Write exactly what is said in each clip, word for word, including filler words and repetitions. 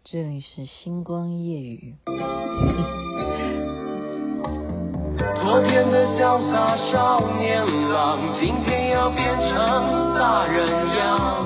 这里是星光夜语。 昨天的潇洒少年郎，今天要变成大人样，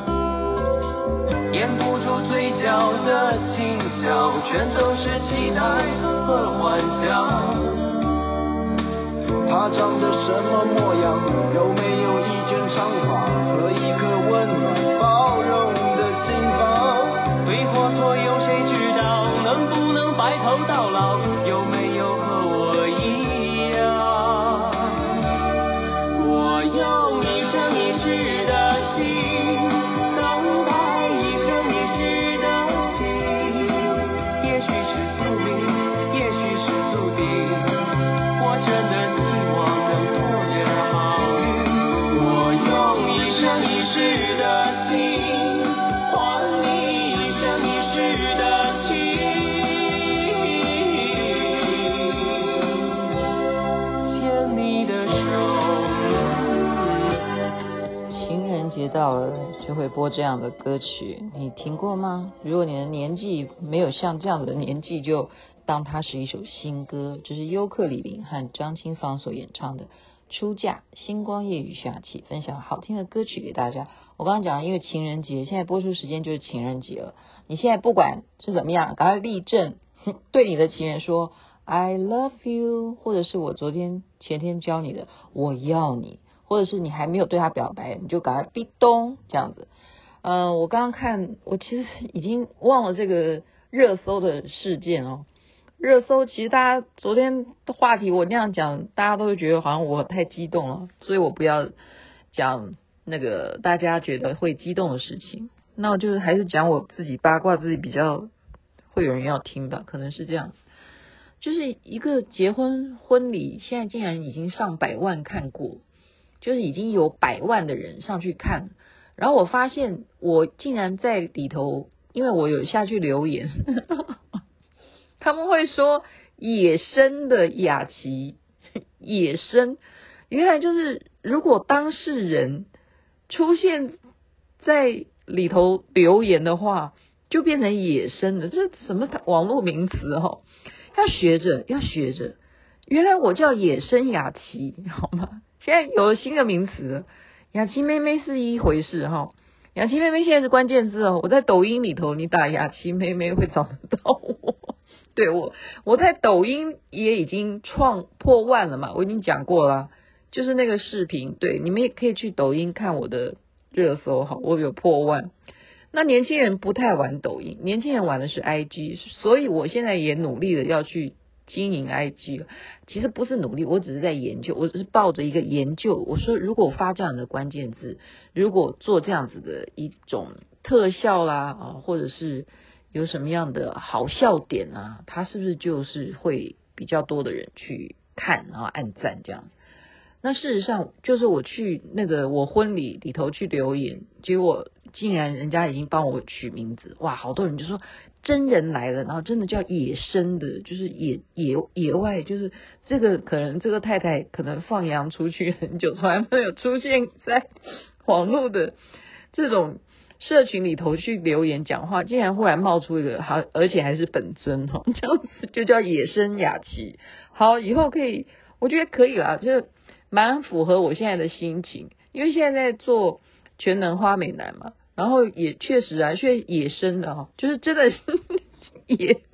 掩不住嘴角的轻笑，全都是期待和幻想。他长得什么模样？有没有一卷长发和一颗温暖包容的心房？对或错有谁知道？能不能白头到老？有没有和我一样？我用一生一世的心等待一生一世的情，也许是宿命，也许是注定，我真的希望能多点好运。我用一生一世的心还你一生一世的情，牵你的手。 情人节到了就会播这样的歌曲，你听过吗？如果你的年纪没有像这样的年纪，就当它是一首新歌。这是优客李林和张清芳所演唱的《出嫁》，星光夜雨下起，分享好听的歌曲给大家。我刚刚讲，因为情人节，现在播出时间就是情人节了，你现在不管是怎么样，赶快立正，对你的情人说 I love you， 或者是我昨天前天教你的我要你，或者是你还没有对他表白，你就赶快壁咚这样子。嗯、呃，我刚刚看，我其实已经忘了这个热搜的事件哦。热搜其实大家昨天的话题我那样讲，大家都会觉得好像我太激动了，所以我不要讲那个大家觉得会激动的事情。那我就是还是讲我自己八卦，自己比较会有人要听吧，可能是这样。就是一个结婚婚礼，现在竟然已经上百万看过，就是已经有百万的人上去看。然后我发现我竟然在里头，因为我有下去留言他们会说野生的雅琪，野生原来就是如果当事人出现在里头留言的话，就变成野生的，这是什么网络名词哦？要学着，要学着。原来我叫野生雅琪，好吗？现在有了新的名词了，雅琪妹妹是一回事哈。雅琪妹妹现在是关键字哦，我在抖音里头，你打雅琪妹妹会找得到我。对，我我在抖音也已经创破万了嘛，我已经讲过了，就是那个视频，对，你们也可以去抖音看我的热搜哈，我有破万。那年轻人不太玩抖音，年轻人玩的是 I G， 所以我现在也努力的要去经营 I G。 其实不是努力，我只是在研究，我只是抱着一个研究，我说如果发这样的关键字，如果做这样子的一种特效啦啊，或者是有什么样的好笑点啊，它是不是就是会比较多的人去看，然后按赞这样。那事实上就是我去那个我婚礼里头去留言，结果竟然人家已经帮我取名字，哇，好多人就说真人来了，然后真的叫野生的，就是野野野外，就是这个可能这个太太可能放羊出去很久，从来没有出现在网络的这种社群里头去留言讲话，竟然忽然冒出一个好，而且还是本尊哦，这样子就叫野生雅琪。好，以后可以，我觉得可以啦，就是蛮符合我现在的心情，因为现在在做全能花美男嘛，然后也确实啊，确实野生的哈，就是真的是野，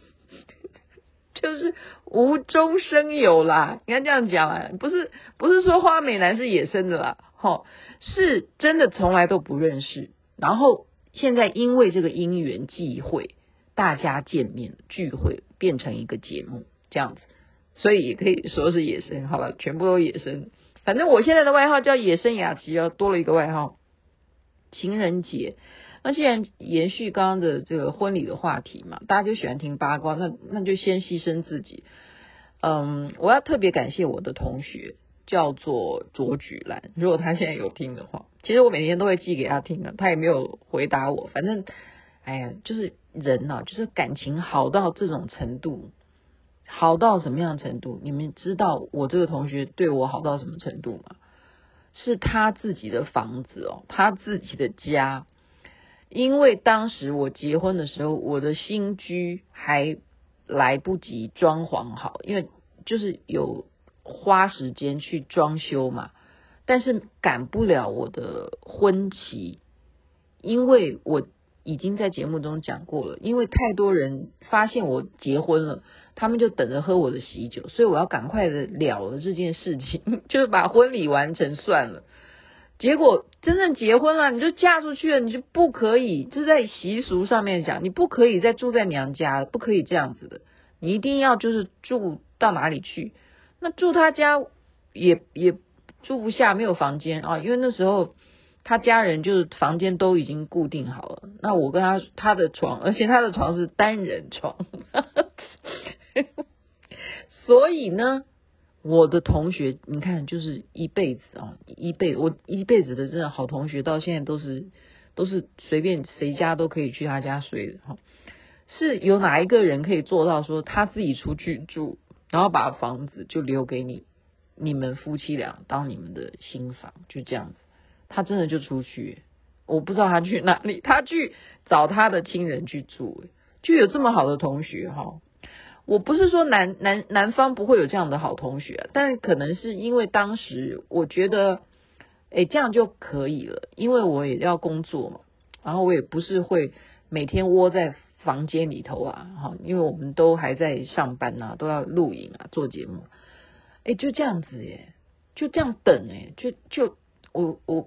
就是无中生有啦，你看这样讲啊，不是不是说花美男是野生的啦，齁，是真的从来都不认识，然后现在因为这个因缘际会，大家见面聚会变成一个节目这样子。所以也可以说是野生，好了，全部都野生。反正我现在的外号叫野生雅琪哦，多了一个外号。情人节，那既然延续刚刚的这个婚礼的话题嘛，大家就喜欢听八卦，那那就先牺牲自己。嗯，我要特别感谢我的同学，叫做卓举兰，如果他现在有听的话，其实我每天都会寄给他听的，他也没有回答我。反正，哎呀，就是人啊，就是感情好到这种程度。好到什么样的程度？你们知道我这个同学对我好到什么程度吗？是他自己的房子哦，他自己的家因为当时我结婚的时候，我的新居还来不及装潢好，因为就是有花时间去装修嘛，但是赶不了我的婚期，因为我已经在节目中讲过了，因为太多人发现我结婚了，他们就等着喝我的喜酒，所以我要赶快的了了这件事情，就是把婚礼完成算了。结果真正结婚了，你就嫁出去了，你就不可以，这在习俗上面讲，你不可以再住在娘家了，不可以这样子的，你一定要就是住到哪里去。那住他家也也住不下，没有房间啊，因为那时候他家人就是房间都已经固定好了。那我跟他他的床，而且他的床是单人床，所以呢。我的同学，你看，就是一辈子啊，一辈我一辈子的真的好同学，到现在都是都是随便谁家都可以去他家睡的哈。是有哪一个人可以做到说他自己出去住，然后把房子就留给你，你们夫妻俩当你们的新房，就这样子。他真的就出去，我不知道他去哪里，他去找他的亲人去住，就有这么好的同学哈。我不是说南南南方不会有这样的好同学，但可能是因为当时我觉得，哎，这样就可以了，因为我也要工作嘛，然后我也不是会每天窝在房间里头啊，哈，因为我们都还在上班啊，都要录影啊，做节目，哎，就这样子耶，就这样等哎，就就我我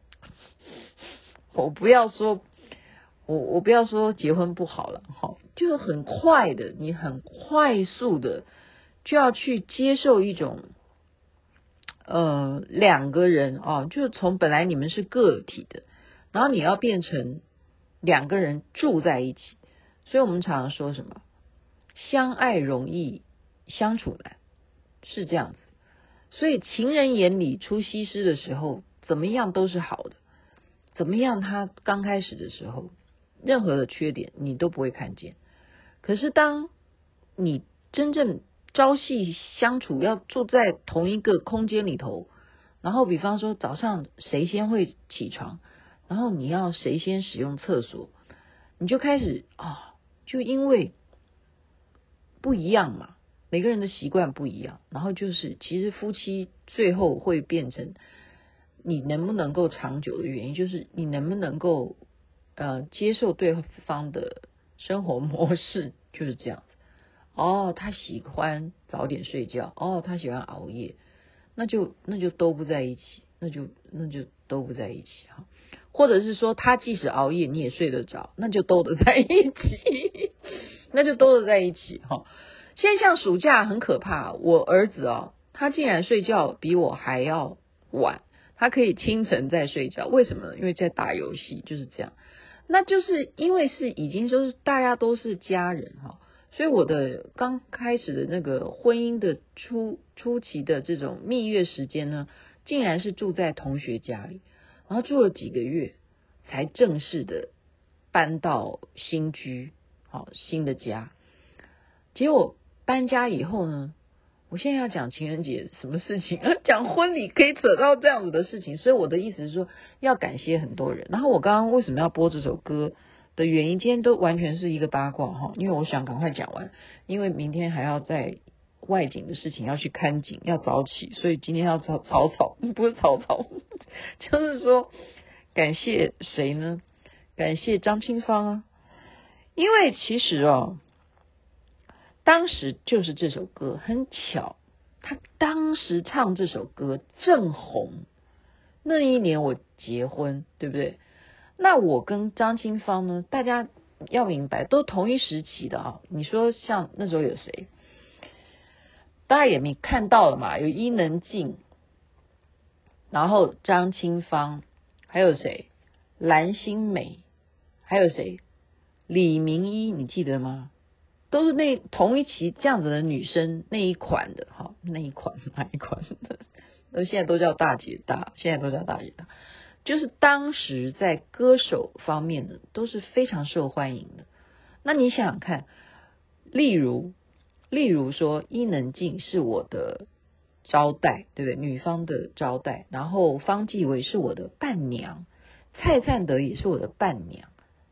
我不要说。我我不要说结婚不好了，好，就是很快的，你很快速的就要去接受一种，呃，两个人啊，就是从本来你们是个体的，然后你要变成两个人住在一起，所以我们常常说什么相爱容易相处难，是这样子，所以情人眼里出西施的时候，怎么样都是好的，怎么样他刚开始的时候。任何的缺点你都不会看见，可是当你真正朝夕相处，要住在同一个空间里头，然后比方说早上谁先会起床，然后你要谁先使用厕所，你就开始啊、哦，就因为不一样嘛，每个人的习惯不一样，然后就是其实夫妻最后会变成你能不能够长久的原因，就是你能不能够呃，接受对方的生活模式，就是这样子。哦，他喜欢早点睡觉，哦，他喜欢熬夜，那就那就都不在一起，那就那就都不在一起哈。或者是说，他即使熬夜你也睡得着，那就都得在一起，那就都得在一起哈。现在像暑假很可怕，我儿子啊，他竟然睡觉比我还要晚，他可以清晨再睡觉，为什么呢？因为在打游戏，就是这样。那就是因为是已经就是大家都是家人哈，所以我的刚开始的那个婚姻的初初期的这种蜜月时间呢，竟然是住在同学家里，然后住了几个月，才正式的搬到新居，好新的家。结果搬家以后呢，我现在要讲情人节什么事情，讲婚礼可以扯到这样子的事情，所以我的意思是说要感谢很多人。然后我刚刚为什么要播这首歌的原因，今天都完全是一个八卦哈，因为我想赶快讲完，因为明天还要在外景的事情要去看景，要早起，所以今天要草草草，不是草草，就是说感谢谁呢？感谢张清芳啊，因为其实哦。当时就是这首歌很巧，他当时唱这首歌正红，那一年我结婚，对不对？那我跟张清芳呢，大家要明白都同一时期的啊。你说像那时候有谁？大家也没看到了嘛，有伊能静，然后张清芳，还有谁？蓝心湄，还有谁？李明一，你记得吗？都是那同一期这样子的女生那一款的哈，那一款哪一款的？那现在都叫大姐大，现在都叫大姐大，就是当时在歌手方面的都是非常受欢迎的。那你想想看，例如例如说伊能静是我的招待，对不对？女方的招待，然后方季韦是我的伴娘，蔡灿德也是我的伴娘。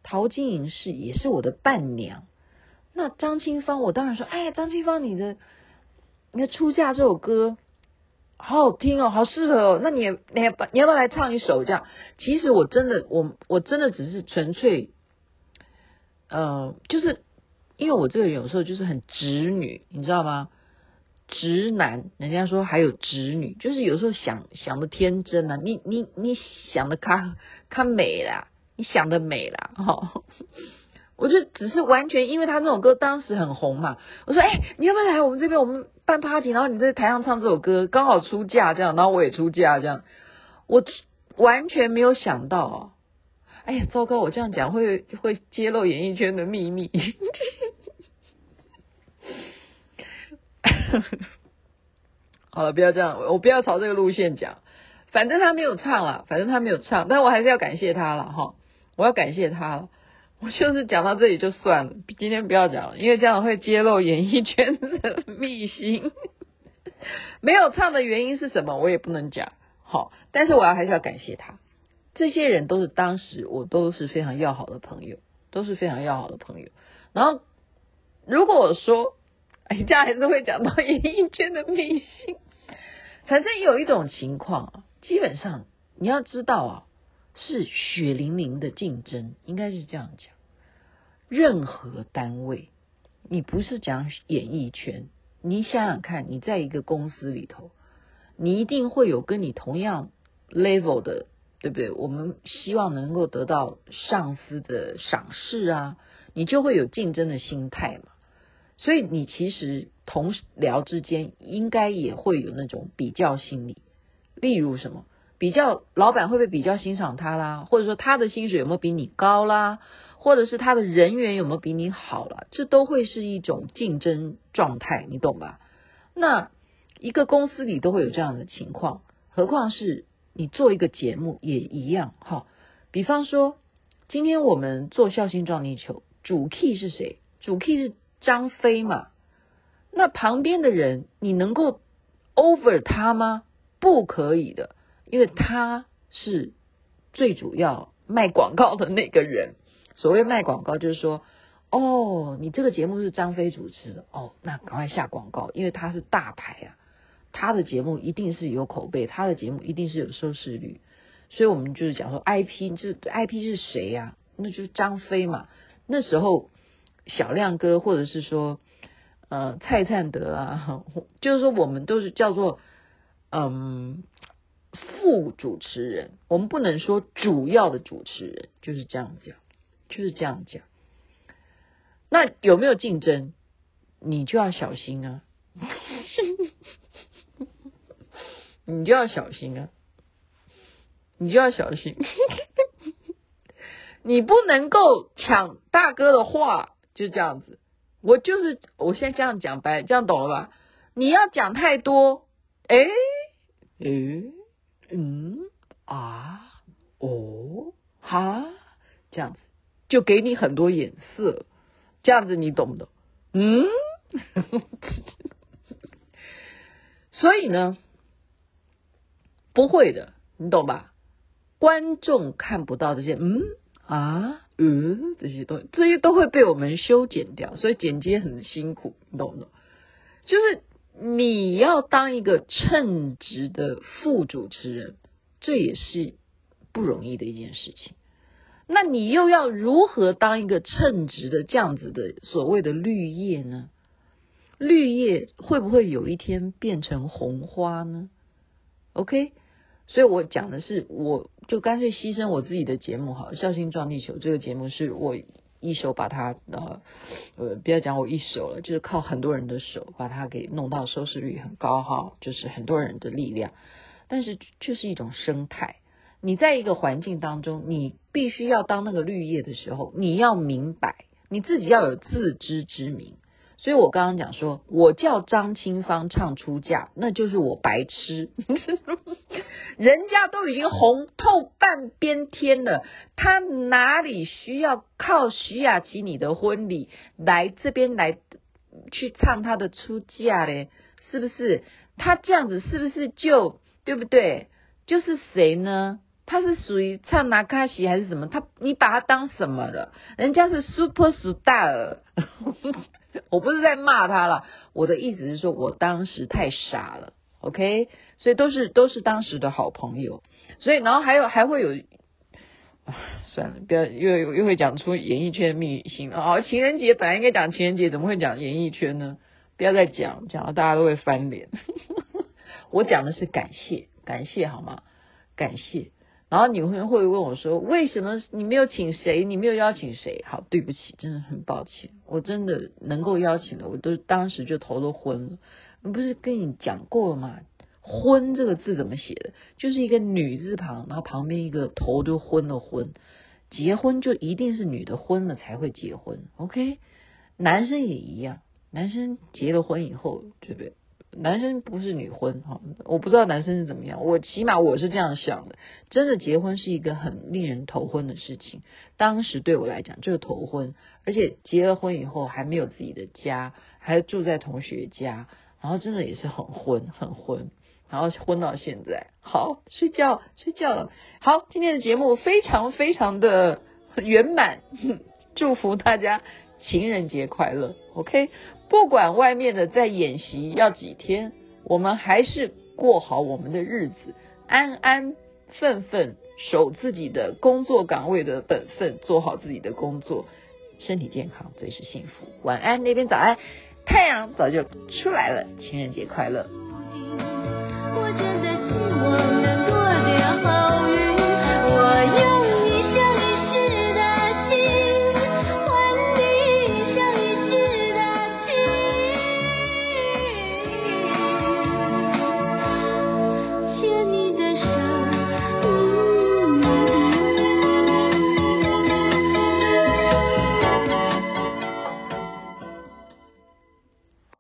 陶晶莹是也是我的伴娘。那张清芳，我当然说，哎呀，张清芳，你的你的出嫁这首歌好好听哦，好适合哦。那你也你要你要不要来唱一首这样？其实我真的我我真的只是纯粹，呃，就是因为我这个人有时候就是很直女，你知道吗？直男，人家说还有直女，就是有时候想想的天真啊，你你你想的看看美啦，你想的美啦，哈、哦。我就只是完全因为他那首歌当时很红嘛，我说哎、欸，你要不要来我们这边，我们办 party， 然后你在台上唱这首歌，刚好出嫁这样，然后我也出嫁这样，我完全没有想到哦，哎呀，糟糕，我这样讲会会揭露演艺圈的秘密。好了，不要这样，我不要朝这个路线讲，反正他没有唱啦，反正他没有唱，但我还是要感谢他了哈，我要感谢他了。我就是讲到这里就算了，今天不要讲了，因为这样会揭露演艺圈的秘辛。没有唱的原因是什么，我也不能讲。好，但是我要还是要感谢他。这些人都是当时我都是非常要好的朋友，都是非常要好的朋友。然后如果我说，哎，这样还是会讲到演艺圈的秘辛。反正有一种情况啊，基本上你要知道啊。是血淋淋的竞争，应该是这样讲。任何单位，你不是讲演艺圈，你想想看，你在一个公司里头，你一定会有跟你同样 level 的，对不对？我们希望能够得到上司的赏识啊，你就会有竞争的心态嘛。所以你其实同僚之间应该也会有那种比较心理，例如什么？比较老板会不会比较欣赏他啦，或者说他的薪水有没有比你高啦，或者是他的人缘有没有比你好啦，这都会是一种竞争状态，你懂吧？那一个公司里都会有这样的情况，何况是你做一个节目也一样哈。比方说今天我们做孝心撞地球，主 key 是谁？主 key 是张飞嘛，那旁边的人你能够 over 他吗？不可以的，因为他是最主要卖广告的那个人。所谓卖广告就是说，哦，你这个节目是张飞主持的，哦，那赶快下广告，因为他是大牌啊，他的节目一定是有口碑，他的节目一定是有收视率。所以我们就是讲说 I P， 这 I P 是谁呀、啊？那就是张飞嘛。那时候小亮哥或者是说呃蔡灿德啊，就是说我们都是叫做嗯副主持人，我们不能说主要的主持人，就是这样讲，就是这样讲。那有没有竞争？你就要小心啊，你就要小心啊，你就要小心，你不能够抢大哥的话，就这样子。我就是我现在这样讲白，这样懂了吧？你要讲太多，诶诶嗯啊哦哈，这样子就给你很多眼色，这样子你懂不懂？嗯，所以呢，不会的，你懂吧？观众看不到这些，嗯啊嗯这些东西，这些都会被我们修剪掉，所以剪接很辛苦，你懂不懂？就是你要当一个称职的副主持人，这也是不容易的一件事情。那你又要如何当一个称职的这样子的所谓的绿叶呢？绿叶会不会有一天变成红花呢 ？OK， 所以我讲的是，我就干脆牺牲我自己的节目好了，孝心撞地球这个节目是我一手把它呃呃，不要讲我一手了，就是靠很多人的手把它给弄到收视率很高哈，就是很多人的力量。但是就是一种生态，你在一个环境当中，你必须要当那个绿叶的时候，你要明白，你自己要有自知之明。所以我刚刚讲说，我叫张清芳唱出嫁，那就是我白痴。人家都已经红透半边天了，他哪里需要靠徐雅琪你的婚礼来这边来去唱他的出嫁嘞？是不是？他这样子是不是就对不对？就是谁呢？ 他是属于唱纳卡西还是什么？他你把他当什么了？人家是 super star。我不是在骂他了，我的意思是说我当时太傻了 ，OK， 所以都是都是当时的好朋友，所以然后还有还会有，啊、算了，不要又又会讲出演艺圈的秘辛哦。情人节本来应该讲情人节，怎么会讲演艺圈呢？不要再讲，讲到大家都会翻脸。我讲的是感谢，感谢好吗？感谢。然后你们会问我说，为什么你没有请谁？你没有邀请谁？好，对不起，真的很抱歉，我真的能够邀请的，我都当时就头都昏了。我不是跟你讲过了吗？昏这个字怎么写的？就是一个女字旁，然后旁边一个头就昏了昏。结婚就一定是女的昏了才会结婚 ，OK？ 男生也一样，男生结了婚以后，对不对？男生不是女婚哈，我不知道男生是怎么样，我起码我是这样想的。真的结婚是一个很令人头昏的事情，当时对我来讲就是头昏，而且结了婚以后还没有自己的家，还住在同学家，然后真的也是很昏很昏，然后昏到现在。好，睡觉睡觉了。好，今天的节目非常非常的圆满，祝福大家情人节快乐 OK， 不管外面的在演习要几天，我们还是过好我们的日子，安安分分守自己的工作岗位的本分，做好自己的工作，身体健康最是幸福。晚安，那边早安，太阳早就出来了，情人节快乐。 我真的希望能过得好。